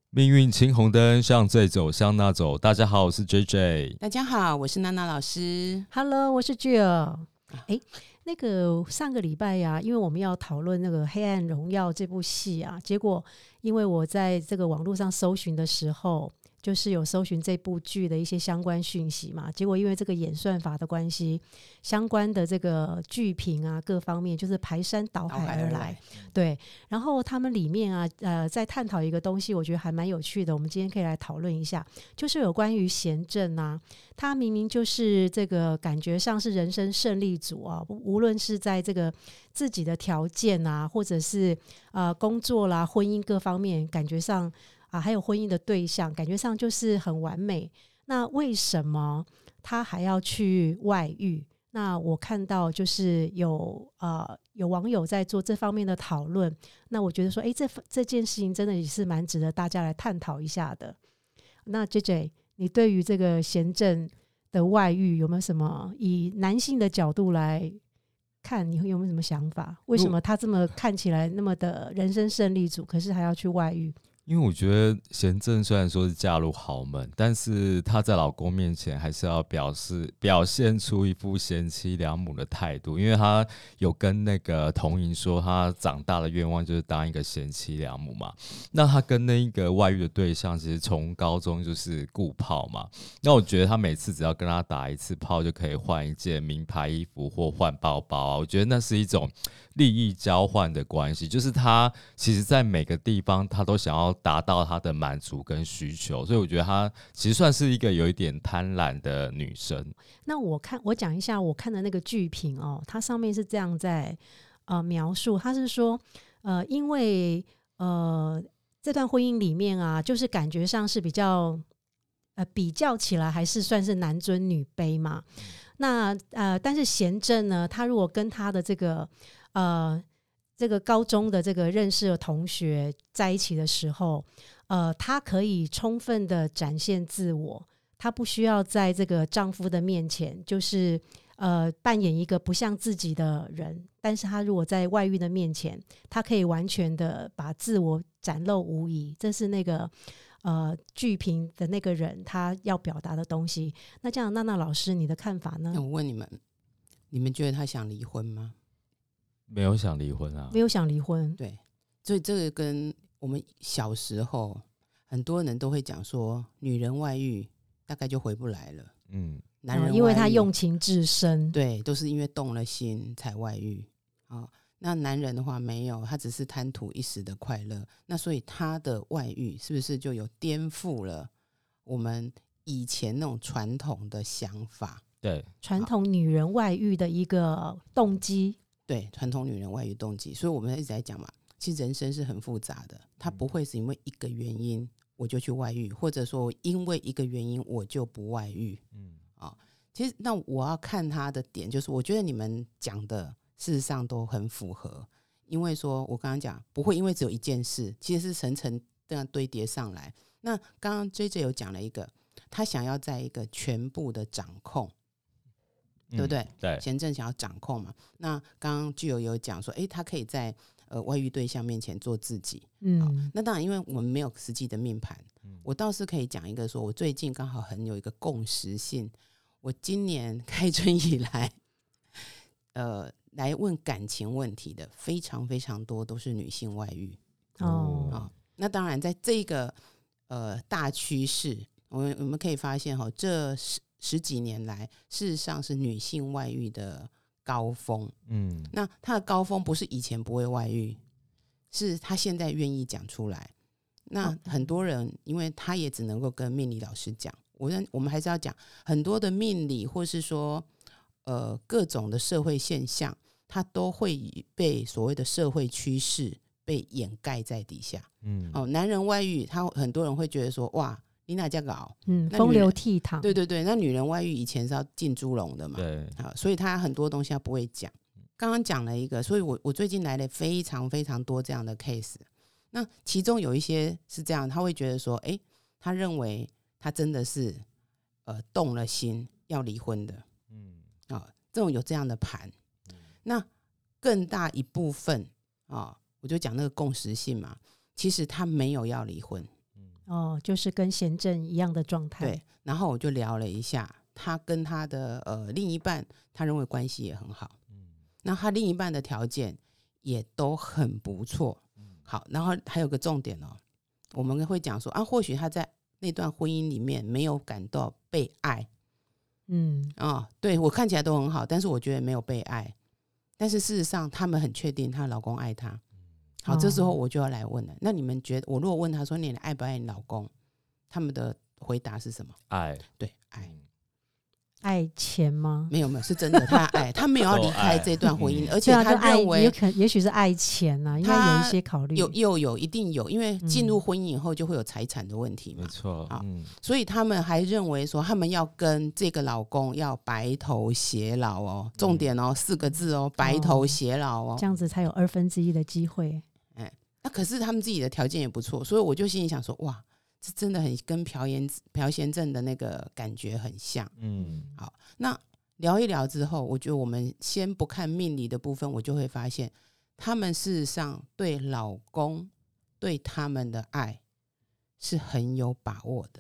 命运青红灯，向这走向那走。大家好，我是 JJ。 大家好，我是娜娜老师。 Hello， 我是 Jill。那个上个礼拜呀，因为我们要讨论那个《黑暗荣耀》这部戏啊，结果因为我在这个网络上搜寻的时候，就是有搜寻这部剧的一些相关讯息嘛，结果因为这个演算法的关系，相关的这个剧评啊，各方面就是排山倒海而来。对，然后他们里面啊，在探讨一个东西，我觉得还蛮有趣的，我们今天可以来讨论一下，就是有关于贤正啊，他明明就是这个感觉上是人生胜利组啊，无论是在这个自己的条件啊，或者是工作啦、婚姻各方面，感觉上还有婚姻的对象，感觉上就是很完美。那为什么他还要去外遇？那我看到就是有网友在做这方面的讨论，那我觉得说，这件事情真的也是蛮值得大家来探讨一下的。那 JJ， 你对于这个贤正的外遇有没有什么以男性的角度来看，你有没有什么想法？为什么他这么看起来那么的人生胜利组，可是还要去外遇？ 因为我觉得贤正虽然说是嫁入豪门，但是她在老公面前还是要表现出一副贤妻良母的态度，因为她有跟那个童莹说，她长大的愿望就是当一个贤妻良母嘛。那她跟那一个外遇的对象，其实从高中就是顾炮嘛。那我觉得她每次只要跟他打一次炮，就可以换一件名牌衣服或换包包啊。我觉得那是一种利益交换的关系，就是她其实在每个地方她都想要达到她的满足跟需求，所以我觉得她其实算是一个有一点贪婪的女生。 那我讲一下我看的那个剧评哦，它上面是这样在描述，它是说因为这段婚姻里面啊，就是感觉上是比较起来还是算是男尊女卑嘛。那但是贤正呢，他如果跟他的这个高中的这个认识的同学在一起的时候，他可以充分的展现自我，他不需要在这个丈夫的面前就是扮演一个不像自己的人，但是他如果在外遇的面前，他可以完全的把自我展露无遗，这是那个剧评的那个人他要表达的东西。那这样娜娜老师你的看法呢？ 那我问你们觉得他想离婚吗？ 没有想离婚啊， 没有想离婚。 对，所以这个跟我们小时候很多人都会讲说，女人外遇大概就回不来了。男人外遇因为他用情至深， 对，都是因为动了心才外遇。那男人的话没有，他只是贪图一时的快乐。那所以他的外遇是不是就有颠覆了我们以前那种传统的想法？ 对， 传统女人外遇的一个动机。 对，传统女人外遇动机。所以我们一直在讲嘛，其实人生是很复杂的，他不会是因为一个原因我就去外遇，或者说因为一个原因我就不外遇。其实那我要看他的点，就是我觉得你们讲的事实上都很符合，因为说我刚刚讲不会因为只有一件事，其实是层层这样堆叠上来。那刚刚 JJ 有讲了一个，他想要在一个全部的掌控，对不对？ 对， 贤正想要掌控嘛。那刚刚具有讲说，他可以在外遇对象面前做自己。那当然，因为我们没有实际的命盘，我倒是可以讲一个说，我最近刚好很有一个共识性。我今年开春以来，来问感情问题的非常非常多，都是女性外遇。那当然，在这个大趋势，我们可以发现这十几年来，事实上是女性外遇的高峰。那她的高峰不是以前不会外遇，是她现在愿意讲出来。那很多人，因为她也只能够跟命理老师讲，我们还是要讲很多的命理，或是说各种的社会现象，它都会被所谓的社会趋势被掩盖在底下。男人外遇，很多人会觉得说，哇，你哪家搞？ 风流倜傥。 对对对，那女人外遇以前是要进猪笼的嘛？ 对， 所以他很多东西他不会讲。刚刚讲了一个，所以我最近来了非常非常多这样的 case。那其中有一些是这样，他会觉得说，他认为他真的是动了心要离婚的。这种有这样的盘。那更大一部分我就讲那个共识性嘛，其实他没有要离婚。 就是跟贤正一样的状态。 对，然后我就聊了一下，他跟他的另一半，他认为关系也很好，那他另一半的条件也都很不错。好，然后还有个重点我们会讲说或许他在那段婚姻里面没有感到被爱。对，我看起来都很好，但是我觉得没有被爱。但是事实上他们很确定她老公爱她。好，这时候我就要来问了，那你们觉得，我如果问他说你爱不爱你老公，他们的回答是什么？ 爱。 对，爱。 爱钱吗？ 没有，是真的，他爱，他没有要离开这段婚姻，而且他认为也许是爱钱应该有一些考虑。 有，一定有，因为进入婚姻以后就会有财产的问题嘛。 没错。 所以他们还认为说，他们要跟这个老公要白头偕老重点4个字白头偕老这样子才有1/2的机会。 那可是他们自己的条件也不错，所以我就心里想说，哇，这真的很跟朴贤正的那个感觉很像。好，那聊一聊之后，我觉得我们先不看命理的部分，我就会发现他们事实上对老公对他们的爱是很有把握的。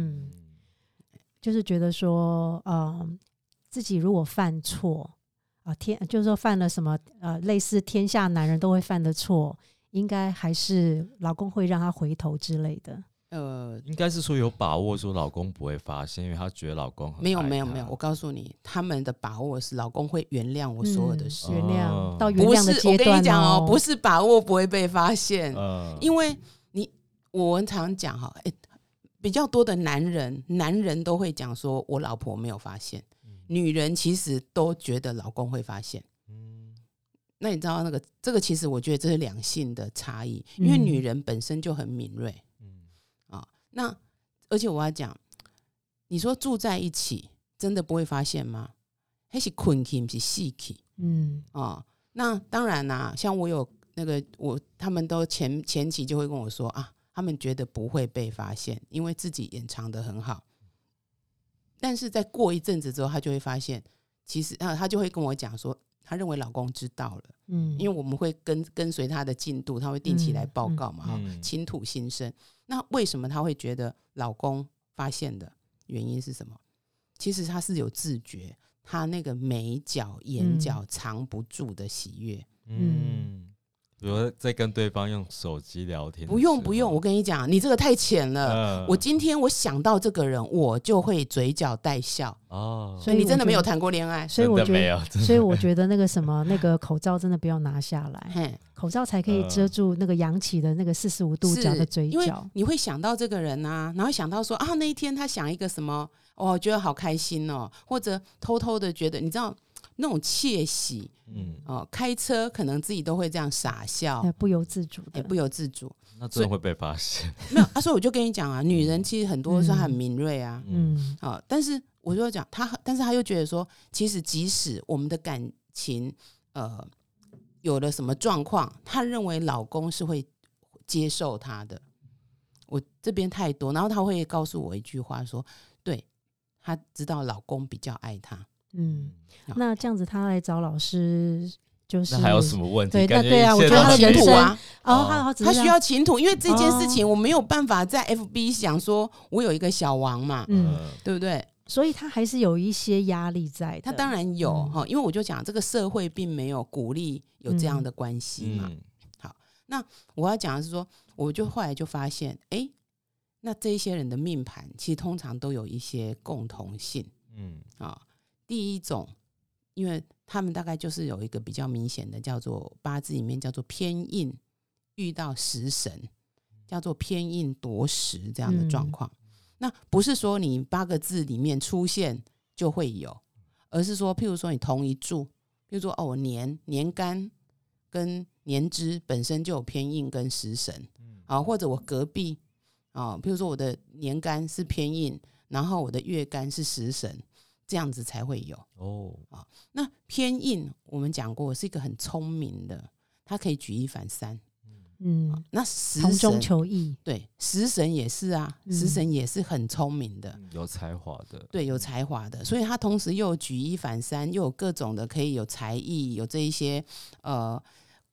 就是觉得说自己如果犯错就是说犯了什么类似天下男人都会犯的错，应该还是老公会让他回头之类的。 应该是说有把握说老公不会发现，因为他觉得老公很爱他。 没有，我告诉你，他们的把握是老公会原谅我所有的事。 原谅到原谅的阶段。 我跟你讲不是把握不会被发现。因为我常讲比较多的男人都会讲说我老婆没有发现，女人其实都觉得老公会发现。那你知道这个其实我觉得这是两性的差异，因为女人本身就很敏锐。那而且我要讲，你说住在一起真的不会发现吗？那是困起不是死起。那当然啦，像我有他们都前期就会跟我说他们觉得不会被发现，因为自己掩藏得很好。但是再过一阵子之后，他就会发现，其实他就会跟我讲说，他认为老公知道了。因为我们会跟随他的进度，他会定期来报告嘛，倾吐心声。那为什么他会觉得老公发现的原因是什么？其实他是有自觉，他那个眉角眼角藏不住的喜悦。 比如在跟对方用手机聊天， 不用，我跟你讲，你这个太浅了。我今天我想到这个人，我就会嘴角带笑。所以你真的没有谈过恋爱， 所以我觉得那个什么那个口罩真的不要拿下来，口罩才可以遮住那个扬起的那个45度角的嘴角。 因为你会想到这个人然后想到说那一天他想一个什么，觉得好开心或者偷偷的觉得，你知道那种窃喜。开车可能自己都会这样傻笑， 不由自主的， 不由自主。 那真的会被发现？ 没有所以我就跟你讲女人其实很多是很敏锐但是我就讲但是他又觉得说，其实即使我们的感情有了什么状况，他认为老公是会接受他的。我这边太多，然后他会告诉我一句话说，对，他知道老公比较爱他。 那这样子他来找老师，就是那还有什么问题？ 对啊，我觉得他的人生他需要倾吐，因为这件事情我没有办法在 FB 想说我有一个小王嘛，对不对？ 所以他还是有一些压力在的。 他当然有因为我就讲这个社会并没有鼓励有这样的关系嘛。好，那我要讲的是说，我就后来就发现，那这些人的命盘其实通常都有一些共同性。第一种，因为他们大概就是有一个比较明显的，叫做八字里面叫做偏印遇到食神，叫做偏印夺食这样的状况。那不是说你8个字里面出现就会有，而是说譬如说你同一柱，譬如说我年干跟年支本身就有偏印跟食神，或者我隔壁譬如说我的年干是偏印，然后我的月干是食神，这样子才会有那偏印我们讲过是一个很聪明的，他可以举一反三。那食神从中求异， 对，食神也是食神也是很聪明的， 有才华的， 对，有才华的，所以他同时又有举一反三，又有各种的可以有才艺，有这一些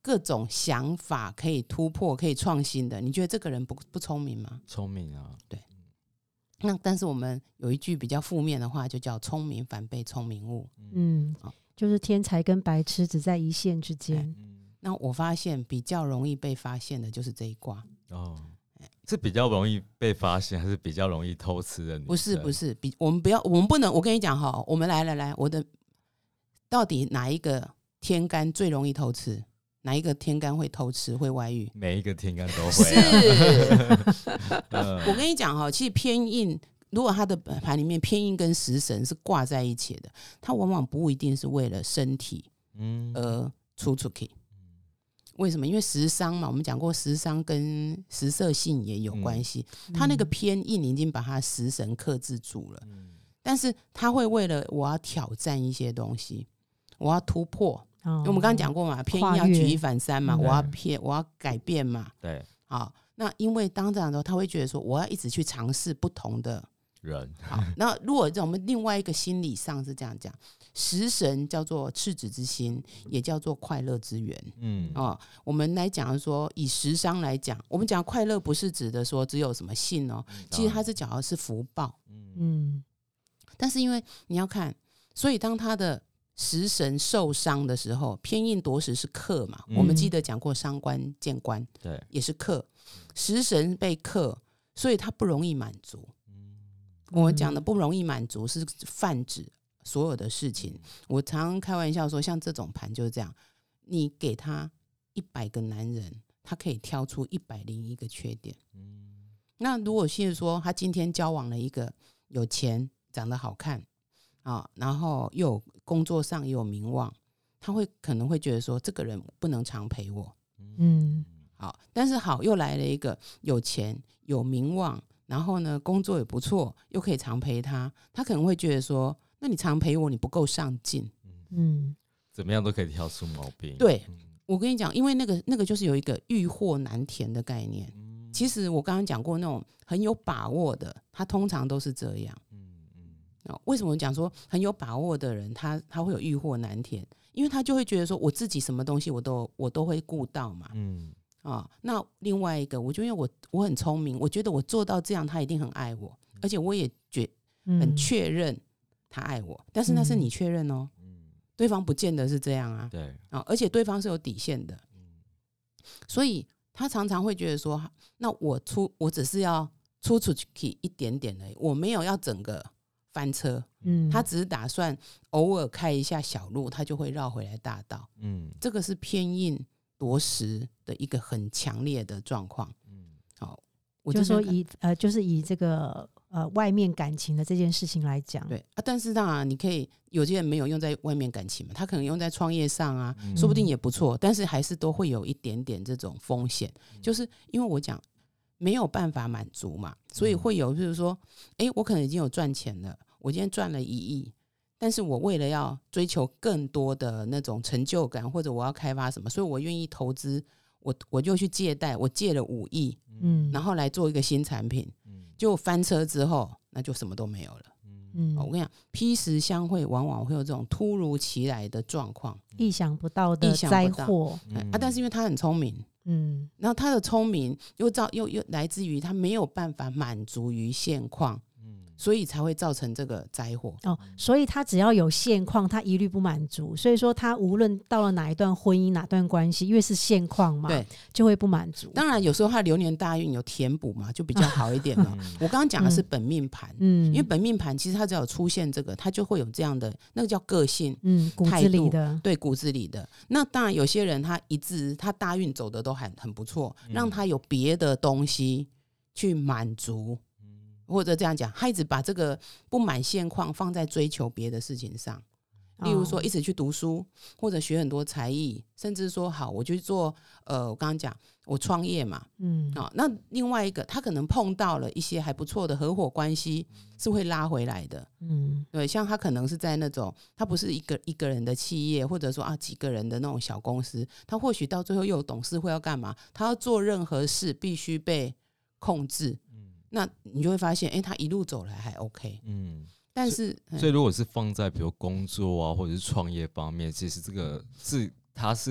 各种想法可以突破、可以创新的，你觉得这个人不聪明吗？ 聪明啊， 对。那但是我们有一句比较负面的话，就叫聪明反被聪明误。 就是天才跟白痴只在一线之间。 那我发现比较容易被发现的就是这一卦。 是比较容易被发现，还是比较容易偷吃的女生？ 不是，我们不能。我跟你讲哈，我们来，我的到底哪一个天干最容易偷吃？哪一个天干会偷吃会外遇？ 每一个天干都会、 我跟你讲哈，其实偏印，如果他的盘里面偏印跟食神是挂在一起的，他往往不一定是为了身体而出去。为什么？因为食伤嘛，我们讲过食伤跟食色性也有关系。他那个偏印已经把他食神克制住了，但是他会为了我要挑战一些东西，我要突破。我们刚刚讲过嘛，偏印要举一反三嘛，我要改变嘛。 对， 好，那因为当这样的时候，他会觉得说，我要一直去尝试不同的人。 好，那如果我们另外一个心理上是这样讲，食神叫做赤子之心，也叫做快乐之源。我们来讲说，以食伤来讲，我们讲快乐不是指的说只有什么性哦，其实它是讲的是福报。但是因为你要看，所以当他的食神受伤的时候，偏印夺食是克嘛，我们记得讲过伤官见官， 对， 也是克，食神被克，所以他不容易满足。我讲的不容易满足是泛指所有的事情。我常常开玩笑说，像这种盘就是这样，你给他100个男人，他可以挑出101个缺点。那如果是说他今天交往了一个有钱、长得好看然后又有工作上又有名望，他可能会觉得说这个人不能常陪我。好，但是好又来了一个有钱有名望，然后呢工作也不错，又可以常陪他，他可能会觉得说，那你常陪我，你不够上进。 怎么样都可以挑出毛病。 对，我跟你讲，因为那个就是有一个欲壑难填的概念。其实我刚刚讲过，那种很有把握的，他通常都是这样。为什么讲说很有把握的人，他会有欲壑难填？因为他就会觉得说，我自己什么东西我都会顾到嘛。那另外一个，我就因为我很聪明，我觉得我做到这样，他一定很爱我，而且我也很确认他爱我。但是那是你确认哦，对方不见得是这样啊。 对而且对方是有底线的，所以他常常会觉得说，那我只是要出去一点点而已，我没有要整个翻车。他只是打算偶尔开一下小路，他就会绕回来大道。这个是偏印夺食的一个很强烈的状况。我就说就是以这个外面感情的这件事情来讲， 对但是当然你可以有些人没有用在外面感情嘛，他可能用在创业上啊，说不定也不错，但是还是都会有一点点这种风险，就是因为我讲没有办法满足嘛，所以会有就是说，我可能已经有赚钱了，我今天赚了1亿，但是我为了要追求更多的那种成就感，或者我要开发什么，所以我愿意投资，我就去借贷，我借了5亿，然后来做一个新产品，就翻车之后，那就什么都没有了。我跟你讲，披食相会往往会有这种突如其来的状况， 意想不到的灾祸。 但是因为他很聪明，然后他的聪明又来自于他没有办法满足于现况，所以才会造成这个灾祸。 所以他只要有现况，他一律不满足。所以说他无论到了哪一段婚姻、哪段关系，因为是现况嘛，对，就会不满足。 当然有时候他流年大运有填补嘛，就比较好一点嘛。我刚刚讲的是本命盘，因为本命盘其实他只要有出现这个，他就会有这样的那个叫个性， 骨子里的， 对，骨子里的。那当然有些人他大运走的都很不错，让他有别的东西去满足。或者这样讲，他一直把这个不满现况放在追求别的事情上，例如说一直去读书，或者学很多才艺，甚至说好我去做我刚刚讲我创业嘛，那另外一个他可能碰到了一些还不错的合伙关系，是会拉回来的。对，像他可能是在那种他不是一个人的企业，或者说几个人的那种小公司，他或许到最后又有董事会要干嘛，他要做任何事必须被控制。那你就会发现他一路走来还 OK。但是所以如果是放在比如工作啊或者是创业方面，其实这个他是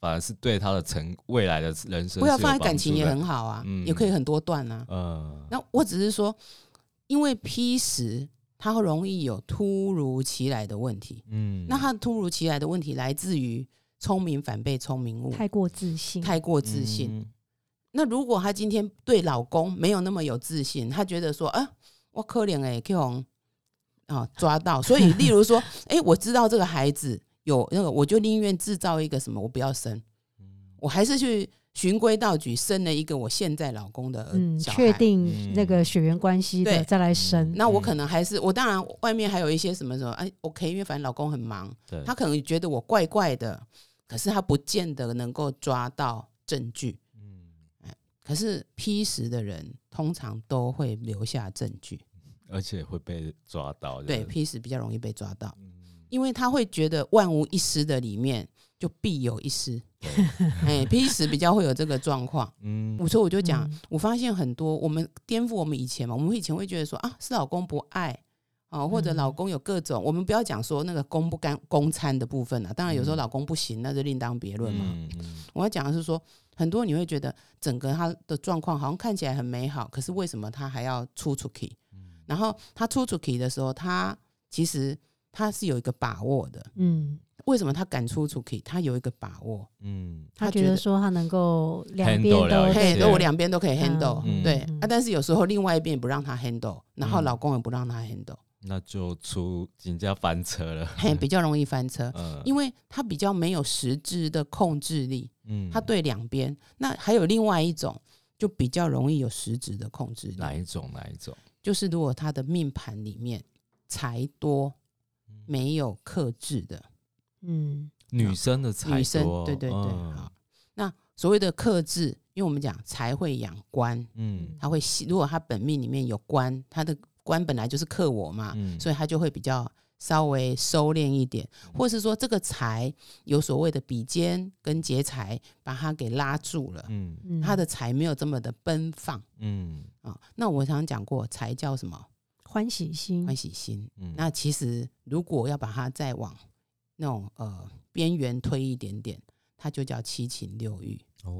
反而是对他的未来的人生不要放在是有帮助的感情也很好啊，也可以很多段啊。那我只是说，因为 P10它容易有突如其来的问题，那它突如其来的问题来自于聪明反被聪明误， 太过自信， 太过自信。那如果她今天对老公没有那么有自信，她觉得说啊，我可怜哎，可以抓到，所以例如说，我知道这个孩子有那个，我就宁愿制造一个什么，我不要生，我还是去循规蹈矩生了一个我现在老公的小孩， 确定那个血缘关系的再来生。 那我可能还是我当然外面还有一些什么什么OK， 因为反正老公很忙，他可能觉得我怪怪的，可是他不见得能够抓到证据。可是 P10的人通常都会留下证据。 而且会被抓到， 对 P10 比较容易被抓到，因为他会觉得万无一失的里面就必有一失。P10 比较会有这个状况。所以我就讲，我发现很多我们颠覆我们以前嘛，我们以前会觉得说啊，是老公不爱或者老公有各种，我们不要讲说那个公不干公餐的部分啊，当然有时候老公不行，那就另当别论嘛。我要讲的是说，很多你会觉得整个他的状况好像看起来很美好，可是为什么他还要出去？然后他出去的时候，他其实他是有一个把握的。为什么他敢出去？他有一个把握。 他觉得说他能够两边都我两边都可以 handle。对但是有时候另外一边不让他 handle， 然后老公也不让他 handle， 那就人家翻车了。 比较容易翻车。因为他比较没有实质的控制力。他对两边。那还有另外一种，就比较容易有实质的控制力。 哪一种？ 就是如果他的命盘里面财多，没有克制的， 女生的财多， 对。好，那所谓的克制，因为我们讲财会养官，他会如果他本命里面有官，他的官本来就是克我嘛，所以他就会比较稍微收敛一点，或是说这个财有所谓的比肩跟劫财把他给拉住了，他的财没有这么的奔放。那我常常讲过，财叫什么？ 欢喜心。 那其实如果要把它再往那种边缘推一点点，它就叫七情六欲。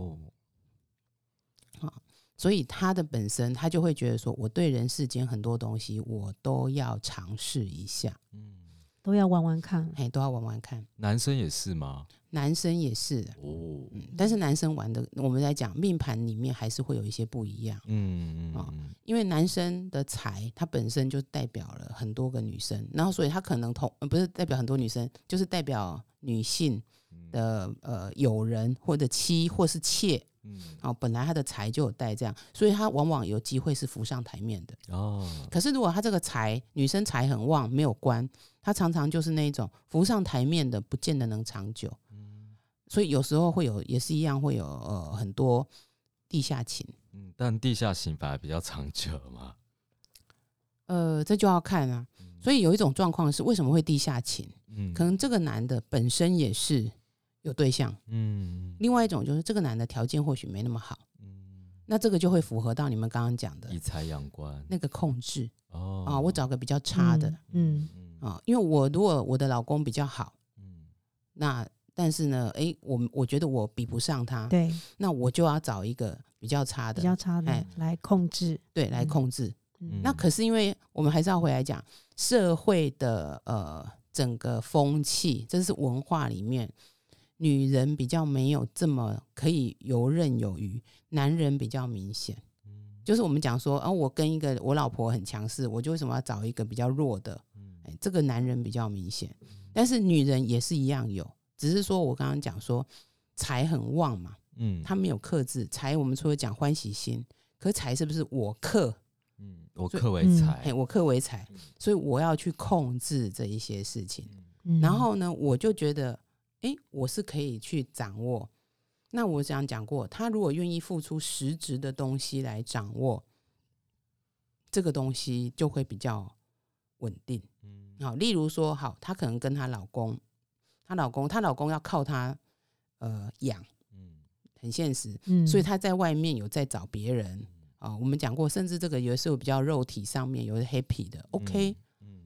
所以他的本身他就会觉得说，我对人世间很多东西我都要尝试一下， 都要玩玩看。 都要玩玩看。 男生也是吗？ 男生也是但是男生玩的，我们在讲命盘里面还是会有一些不一样。因为男生的财它本身就代表了很多个女生，然后所以他可能不是代表很多女生，就是代表女性的友人或者妻或是妾。本来他的财就有带这样，所以他往往有机会是浮上台面的。可是如果他这个财女生财很旺没有官，他常常就是那种浮上台面的不见得能长久。所以有时候会有，也是一样会有很多地下情。 但地下情反而比较长久嘛。 这就要看啊。所以有一种状况是，为什么会地下情？可能这个男的本身也是有对象。另外一种就是这个男的条件或许没那么好。那这个就会符合到你们刚刚讲的以财养官那个控制。我找个比较差的。因为如果我的老公比较好，那但是呢，我觉得我比不上他， 对， 那我就要找一个比较差的来控制， 对，来控制。那可是因为我们还是要回来讲社会的整个风气，这是文化里面女人比较没有这么可以游刃有余，男人比较明显。就是我们讲说我跟我老婆很强势，我就为什么要找一个比较弱的？这个男人比较明显，但是女人也是一样有。只是说我刚刚讲说财很旺嘛，他没有克制财，我们除了讲欢喜心，可是财是不是我克？ 我克为财， 我克为财，所以我要去控制这一些事情。然后呢，我就觉得，我是可以去掌握。那我讲过，他如果愿意付出实质的东西来掌握，这个东西就会比较稳定。例如说，她可能跟她老公要靠她养，很现实，所以她在外面有在找别人。我们讲过，甚至这个有时候比较肉体上面有 happy 的 OK，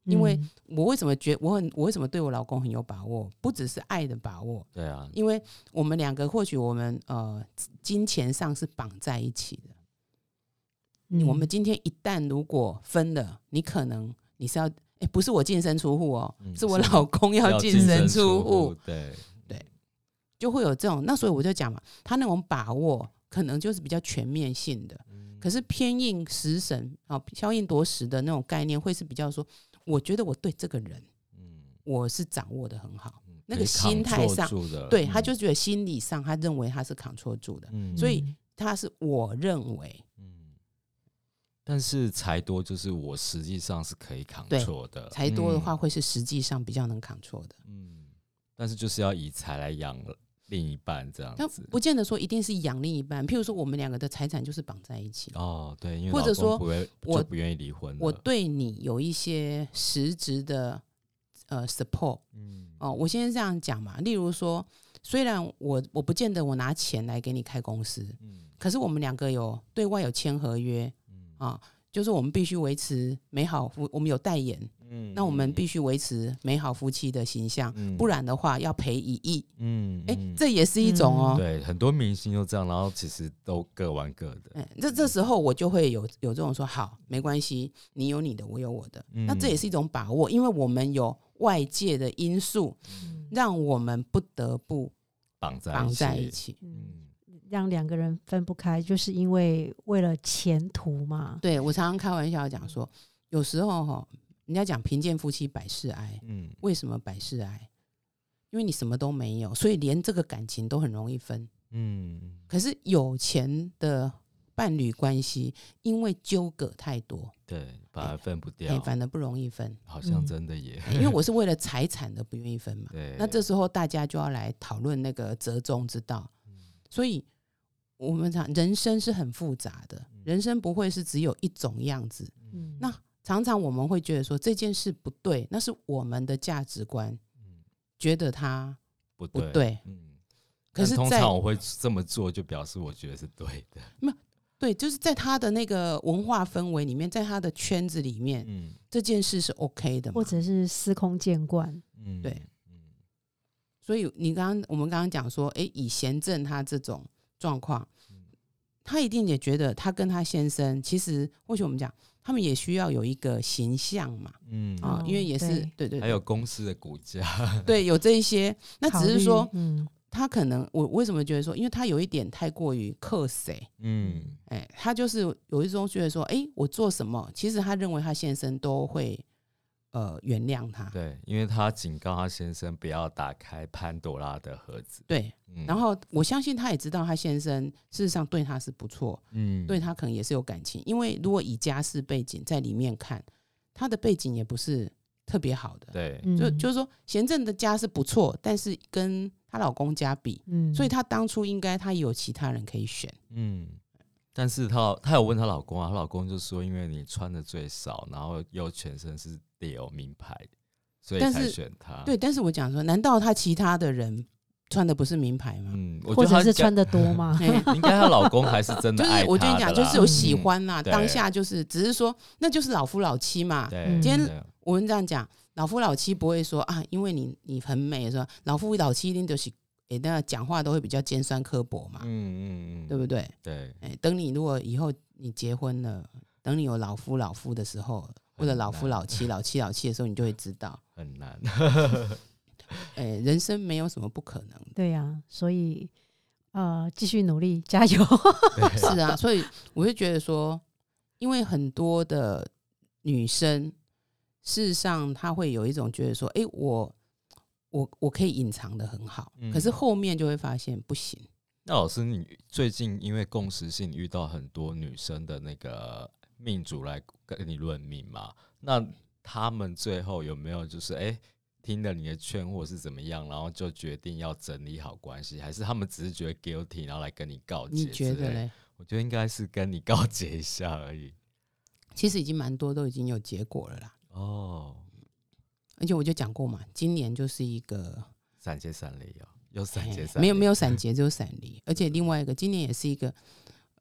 因为我为什么我为什么对我老公很有把握？不只是爱的把握， 对啊， 因为我们两个或许我们金钱上是绑在一起的。我们今天一旦如果分了，你可能你是要不是我净身出户哦，是我老公要净身出户， 对， 就会有这种。那所以我就讲嘛，他那种把握可能就是比较全面性的，可是偏硬食神消印夺食的那种概念，会是比较说，我觉得我对这个人，我是掌握的很好，那个心态上，对，他就觉得心理上，他认为他是 control 住的，所以他是我认为。 但是财多就是我实际上是可以 control 的， 财多的话会是实际上比较能 control 的， 但是就是要以财来养另一半这样子， 但不见得说一定是养另一半。譬如说我们两个的财产就是绑在一起对，因为或者说我不愿意离婚， 我对你有一些实质的support，我先这样讲嘛。例如说，虽然我不见得我拿钱来给你开公司，可是我们两个对外有签合约，就是我们必须维持美好我们有代言，那我们必须维持美好夫妻的形象，不然的话要赔1亿，这也是一种对，很多明星都这样，然后其实都各玩各的， 这时候我就会有这种说，好，没关系，你有你的，我有我的，那这也是一种把握，因为我们有外界的因素，让我们不得不绑在一起， 让两个人分不开，就是因为为了前途嘛。 对，我常常开玩笑讲说，有时候人家讲贫贱夫妻百事哀，为什么百事哀？因为你什么都没有，所以连这个感情都很容易分。可是有钱的伴侣关系，因为纠葛太多， 对，反而分不掉， 反而不容易分。 好像真的也， 因为我是为了财产的不愿意分嘛。那这时候大家就要来讨论那个折中之道。所以我们讲人生是很复杂的，人生不会是只有一种样子。那常常我们会觉得说这件事不对，那是我们的价值观，觉得它不对。可是通常我会这么做，就表示我觉得是对的。 没有对，就是在他的那个文化氛围里面，在他的圈子里面，这件事是 OK 的嘛， 或者是司空见惯。 对。所以我们刚刚讲说，以贤正他这种状况，他一定也觉得他跟他先生，其实或许我们讲，他们也需要有一个形象嘛，因为也是对， 还有公司的股价， 对，有这一些。那只是说，他可能我为什么觉得说，因为他有一点太过于克谁，他就是有一种觉得说，我做什么，其实他认为他先生都会。原谅他， 对，因为他警告他先生不要打开潘多拉的盒子。 对，然后我相信他也知道他先生事实上对他是不错，对他可能也是有感情。因为如果以家世背景在里面看，他的背景也不是特别好的。 对， 就是说贤正的家是不错，但是跟她老公家比，所以她当初应该她有其他人可以选。 但是她有问她老公啊，她老公就说，因为你穿的最少，然后又全身是有名牌，所以才选他。 对，但是我讲说，难道他其他的人穿的不是名牌吗？ 或者是穿的多吗？ 应该她老公还是真的爱她的啦。 就是我跟你讲，就是有喜欢啦，当下就是只是说，那就是老夫老妻嘛。今天我们这样讲，老夫老妻不会说啊，因为你很美，是吧？老夫老妻一定就是那讲话都会比较尖酸刻薄嘛，对不对？ 对， 等你如果以后你结婚了，等你有老夫的时候，或者老夫老妻老妻的时候，你就会知道很难。 人生没有什么不可能的。 对呀，所以继续努力，加油。 是啊，所以我就觉得说，因为很多的女生，事实上她会有一种觉得说，我可以隐藏的很好，可是后面就会发现不行。 那老师，你最近因为共识性遇到很多女生的那个命主来跟你论命嘛？那他们最后有没有就是听了你的劝或是怎么样，然后就决定要整理好关系，还是他们只是觉得 guilty 然后来跟你告解？ 你觉得嘞？ 我觉得应该是跟你告解一下而已。 其实已经蛮多都已经有结果了啦。而且我就讲过嘛，今年就是一个闪结闪离有闪结闪离， 没有闪结，只有闪离。而且另外一个，今年也是一个，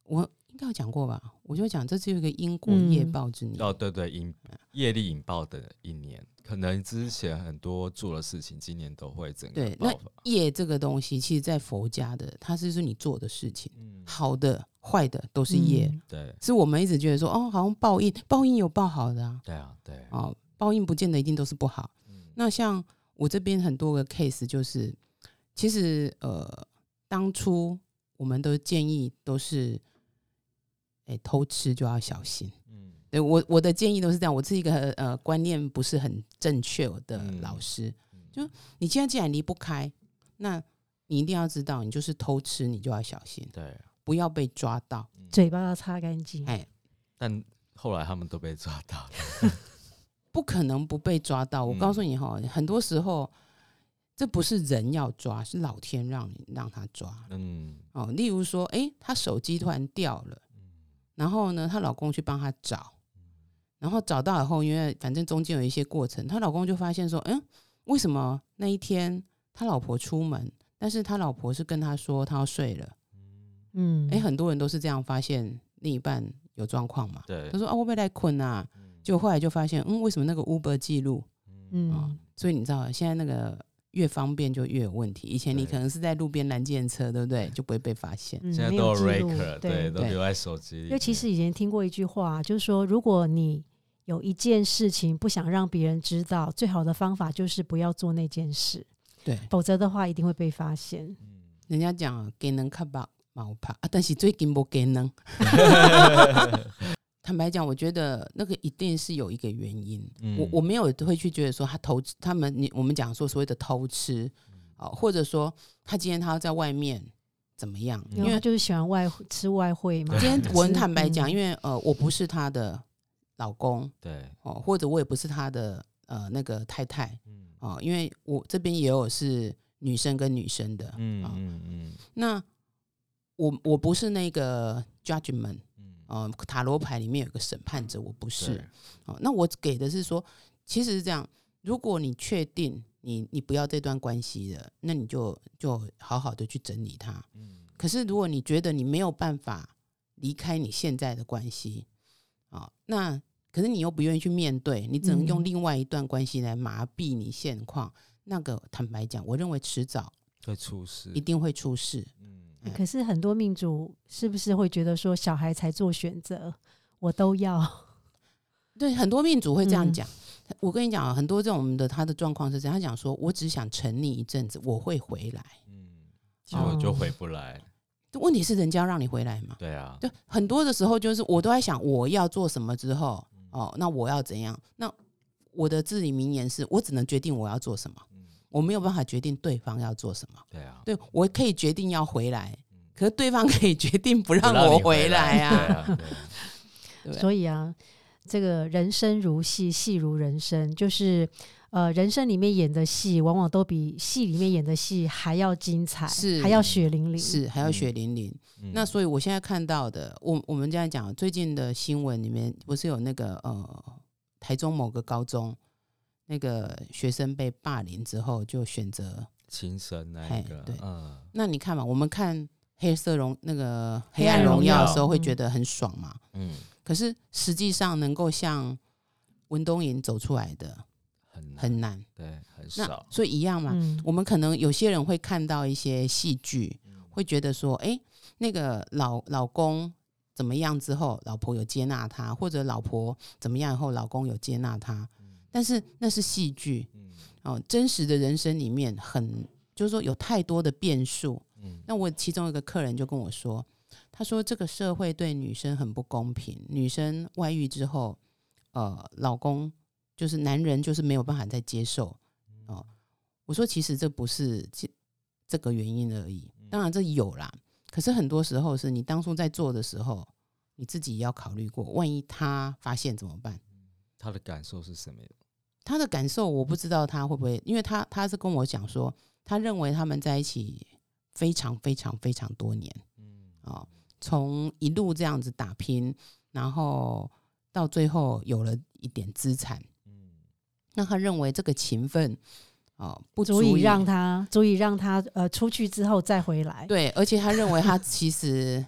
应该有讲过吧？我就讲这是一个因果业报之年。 哦，对对，业力引爆的一年，可能之前很多做的事情，今年都会整个爆发。 那业这个东西，其实在佛家的，它是你做的事情，好的、坏的都是业。 对， 是我们一直觉得说，哦，好像报应有报好的啊。 对啊，对。 哦，报应不见得一定都是不好。那像我这边很多个 case，就是其实当初我们的建议都是，偷吃就要小心。对，我的建议都是这样。我是一个观念不是很正确的老师，就你现在既然离不开，那你一定要知道，你就是偷吃，你就要小心， 对， 不要被抓到， 嘴巴要擦干净。 但后来他们都被抓到了。 不可能不被抓到。我告诉你哈，很多时候这不是人要抓，是老天让他抓。例如说，他手机突然掉了，然后呢，她老公去帮他找，然后找到以后，因为反正中间有一些过程，她老公就发现说，为什么那一天他老婆出门，但是他老婆是跟他说他要睡了。很多人都是这样发现另一半有状况嘛。 对， 他说会不会来困啊？就后来就发现，为什么那个 Uber 记录？所以你知道，现在那个越方便就越有问题。以前你可能是在路边拦计程车，对不对？就不会被发现。 现在都有 Raker， 对，都留在手机里。 因为其实以前听过一句话，就是说，如果你有一件事情不想让别人知道，最好的方法就是不要做那件事。 对， 否则的话一定会被发现。 人家讲给人看吧，毛怕啊，但是最近不给人。坦白讲，我觉得那个一定是有一个原因。我没有会去觉得说我们讲说所谓的偷吃，或者说他今天他要在外面怎么样， 因为他就是喜欢吃外汇嘛。 今天我很坦白讲，因为我不是他的老公，对，或者我也不是他的那个太太，因为我这边也有是女生跟女生的，那我不是那个 judgment。塔罗牌里面有个审判者，我不是。那我给的是说，其实是这样，如果你确定你不要这段关系了，那你就好好的去整理它。可是如果你觉得你没有办法离开你现在的关系，那可是你又不愿意去面对，你只能用另外一段关系来麻痹你现况，那个坦白讲，我认为迟早会出事， 一定会出事。 可是很多命主是不是会觉得说小孩才做选择，我都要？ 对，很多命主会这样讲。我跟你讲，很多这种他的状况是这样，他讲说我只想沉溺一阵子，我会回来。 结果就回不来。 问题是人家让你回来嘛？ 对啊， 就很多的时候就是我都在想我要做什么之后，那我要怎样？那我的至理名言是我只能决定我要做什么。我没有办法决定对方要做什么。对啊，对，我可以决定要回来，可是对方可以决定不让我回来啊。 对，所以啊，这个人生如戏，戏如人生，就是人生里面演的戏，往往都比戏里面演的戏还要精彩，是还要血淋淋， 是还要血淋淋。那所以我现在看到的，我们这样讲，最近的新闻里面不是有那个台中某个高中。那个学生被霸凌之后，就选择轻生那一个。对， 那你看嘛，我们看那个黑暗荣耀的时候，会觉得很爽嘛。可是实际上能够像文东莹走出来的很难， 对，很少。 所以一样嘛，我们可能有些人会看到一些戏剧，会觉得说，那个老公怎么样之后，老婆有接纳他，或者老婆怎么样以后，老公有接纳他。但是那是戏剧，真实的人生里面就是说有太多的变数。那我其中一个客人就跟我说，他说这个社会对女生很不公平，女生外遇之后，老公就是男人就是没有办法再接受。我说其实这不是这个原因而已，当然这有啦，可是很多时候是你当初在做的时候，你自己也要考虑过，万一他发现怎么办？ 他的感受是什么？ 他的感受我不知道他会不会，因为他是跟我讲说，他认为他们在一起非常非常非常多年，从一路这样子打拼，然后到最后有了一点资产，那他认为这个情分不足以让他出去之后再回来。对，而且他认为他其实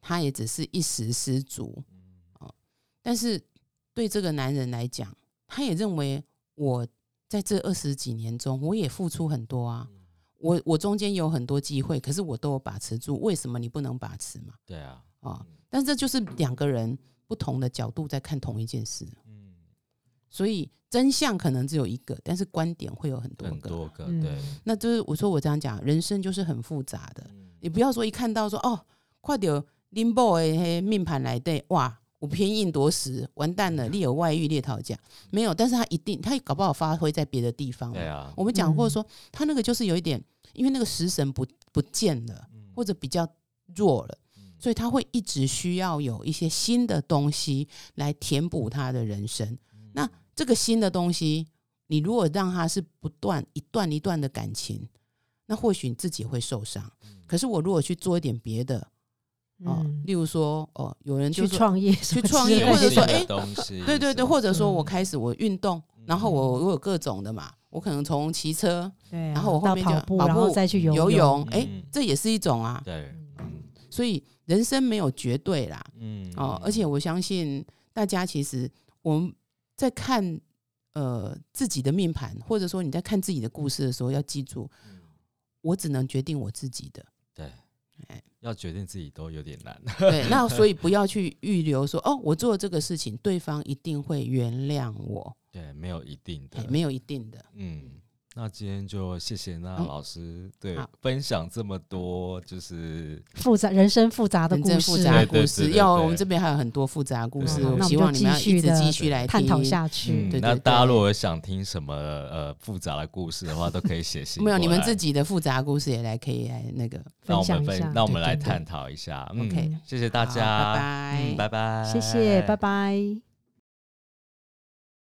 他也只是一时失足，但是对这个男人来讲，他也认为我在这20几年中，我也付出很多啊，我中间有很多机会，可是我都有把持住，为什么你不能把持嘛？ 对啊， 但是这就是2个人不同的角度在看同一件事，所以真相可能只有一个，但是观点会有很多个， 对， 那就是我这样讲，人生就是很复杂的，你不要说一看到说快点林某的命盘来对，哇，我偏印夺食，完蛋了，你有外遇，你讨价没有？但是他搞不好发挥在别的地方。 对啊， 我们讲过说，他那个就是有一点，因为那个食神不见了，或者比较弱了，所以他会一直需要有一些新的东西来填补他的人生。那这个新的东西，你如果让他是不断一段一段的感情，那或许你自己会受伤。可是我如果去做一点别的。例如说有人就去创业， 或者说对，或者说我开始我运动，然后我有各种的嘛，我可能从骑车，然后我后面就跑步，然后再去游泳，这也是一种啊。 对， 所以人生没有绝对啦，而且我相信大家其实我们在看自己的命盘，或者说你在看自己的故事的时候，要记住，我只能决定我自己的。 对。要决定自己都有点难， 对，那所以不要去预留说我做这个事情，对方一定会原谅我。 对，没有一定的， 没有一定的。 那今天就谢谢那老师分享这么多，就是人生复杂的故事。要我们这边还有很多复杂的故事，我希望你们要一直继续来探讨下去。 那大家如果想听什么复杂的故事的话，都可以写信。 没有，你们自己的复杂故事也可以来那个分享一下。 那我们来探讨一下。OK，谢谢大家， 拜拜， 拜拜， 谢谢，拜拜。